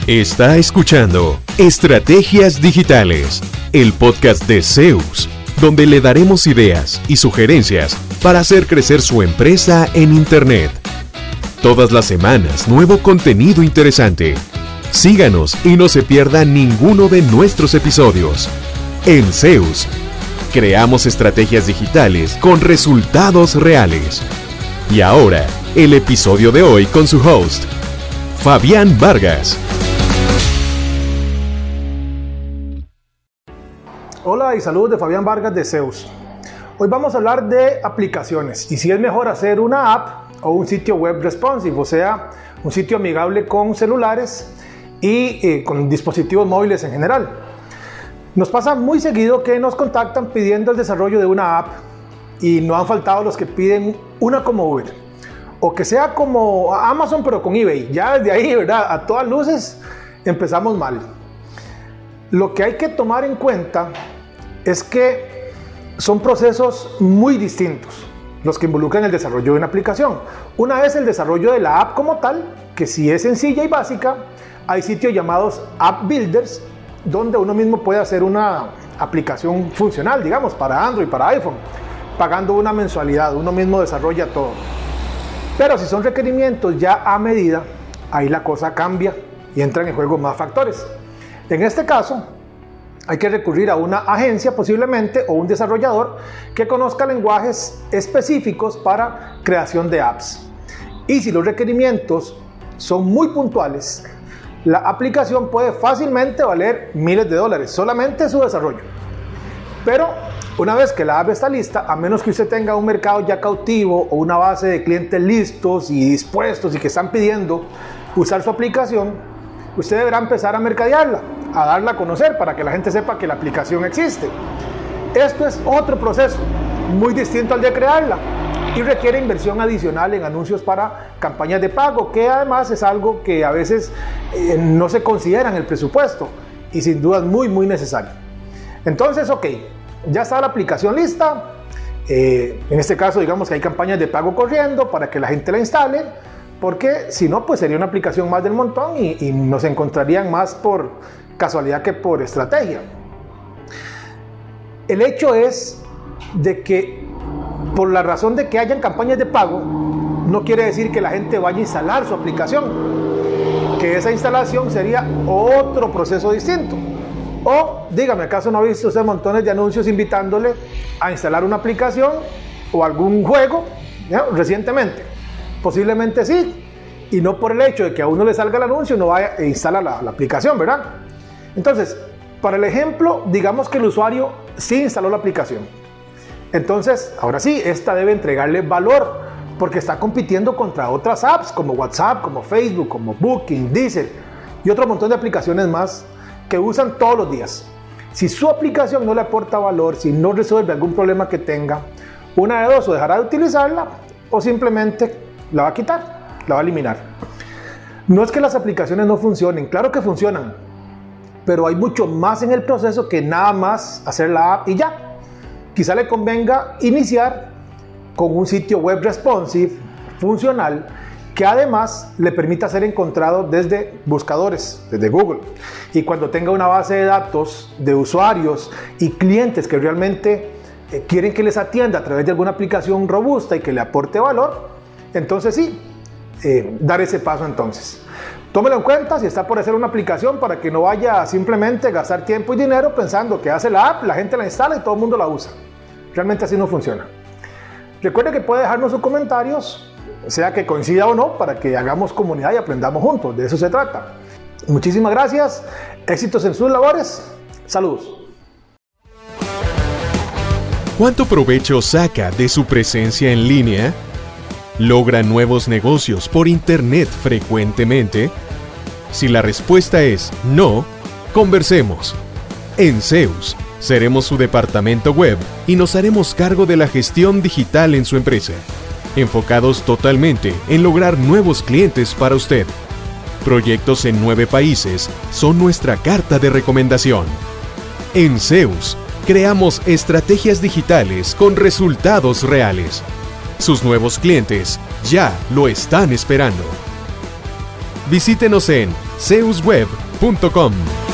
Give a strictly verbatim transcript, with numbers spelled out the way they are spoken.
Está escuchando Estrategias Digitales, el podcast de Zeus, donde le daremos ideas y sugerencias para hacer crecer su empresa en Internet. Todas las semanas, nuevo contenido interesante. Síganos y no se pierda ninguno de nuestros episodios. En Zeus, creamos estrategias digitales con resultados reales. Y ahora, el episodio de hoy con su host, Fabián Vargas. Hola y saludos de Fabián Vargas de Zeus. Hoy vamos a hablar de aplicaciones y si es mejor hacer una app o un sitio web responsive, o sea, un sitio amigable con celulares y eh, con dispositivos móviles en general. Nos pasa muy seguido que nos contactan pidiendo el desarrollo de una app y no han faltado los que piden una como Uber o que sea como Amazon pero con eBay. Ya desde ahí, ¿verdad? A todas luces empezamos mal. Lo que hay que tomar en cuenta es que son procesos muy distintos los que involucran el desarrollo de una aplicación. Una es el desarrollo de la app como tal, que si es sencilla y básica, hay sitios llamados App Builders, donde uno mismo puede hacer una aplicación funcional, digamos, para Android, para iPhone, pagando una mensualidad, uno mismo desarrolla todo. Pero si son requerimientos ya a medida, ahí la cosa cambia y entran en juego más factores. En este caso, hay que recurrir a una agencia posiblemente o un desarrollador que conozca lenguajes específicos para creación de apps. Y si los requerimientos son muy puntuales, la aplicación puede fácilmente valer miles de dólares, solamente su desarrollo. Pero una vez que la app está lista, a menos que usted tenga un mercado ya cautivo o una base de clientes listos y dispuestos y que están pidiendo usar su aplicación, usted deberá empezar a mercadearla, a darla a conocer para que la gente sepa que la aplicación existe. Esto es otro proceso, muy distinto al de crearla y requiere inversión adicional en anuncios para campañas de pago, que además es algo que a veces eh, no se considera en el presupuesto y sin duda es muy muy necesario. Entonces, ok, ya está la aplicación lista, eh, en este caso digamos que hay campañas de pago corriendo para que la gente la instale, porque si no, pues sería una aplicación más del montón y, y nos encontrarían más por casualidad que por estrategia. El hecho es de que por la razón de que hayan campañas de pago, no quiere decir que la gente vaya a instalar su aplicación, que esa instalación sería otro proceso distinto. O dígame, ¿acaso no ha visto usted montones de anuncios invitándole a instalar una aplicación o algún juego, ¿ya? Recientemente? Posiblemente sí, y no por el hecho de que a uno le salga el anuncio no vaya e instala la, la aplicación, ¿verdad? Entonces, para el ejemplo, digamos que el usuario sí instaló la aplicación. Entonces, ahora sí, esta debe entregarle valor, porque está compitiendo contra otras apps como WhatsApp, como Facebook, como Booking, Deezer y otro montón de aplicaciones más que usan todos los días. Si su aplicación no le aporta valor, si no resuelve algún problema que tenga, una de dos, o dejará de utilizarla o simplemente la va a quitar, la va a eliminar. No es que las aplicaciones no funcionen, claro que funcionan, pero hay mucho más en el proceso que nada más hacer la app y ya. Quizá le convenga iniciar con un sitio web responsive, funcional, que además le permita ser encontrado desde buscadores, desde Google. Y cuando tenga una base de datos de usuarios y clientes que realmente eh, quieren que les atienda a través de alguna aplicación robusta y que le aporte valor, entonces sí, eh, dar ese paso entonces. Tómelo en cuenta si está por hacer una aplicación para que no vaya a simplemente gastar tiempo y dinero pensando que hace la app, la gente la instala y todo el mundo la usa. Realmente así no funciona. Recuerde que puede dejarnos sus comentarios, sea que coincida o no, para que hagamos comunidad y aprendamos juntos. De eso se trata. Muchísimas gracias, éxitos en sus labores. Saludos. ¿Cuánto provecho saca de su presencia en línea? ¿Logra nuevos negocios por Internet frecuentemente? Si la respuesta es no, conversemos. En Zeus, seremos su departamento web y nos haremos cargo de la gestión digital en su empresa, enfocados totalmente en lograr nuevos clientes para usted. Proyectos en nueve países son nuestra carta de recomendación. En Zeus, creamos estrategias digitales con resultados reales. Sus nuevos clientes ya lo están esperando. Visítenos en zeus web punto com.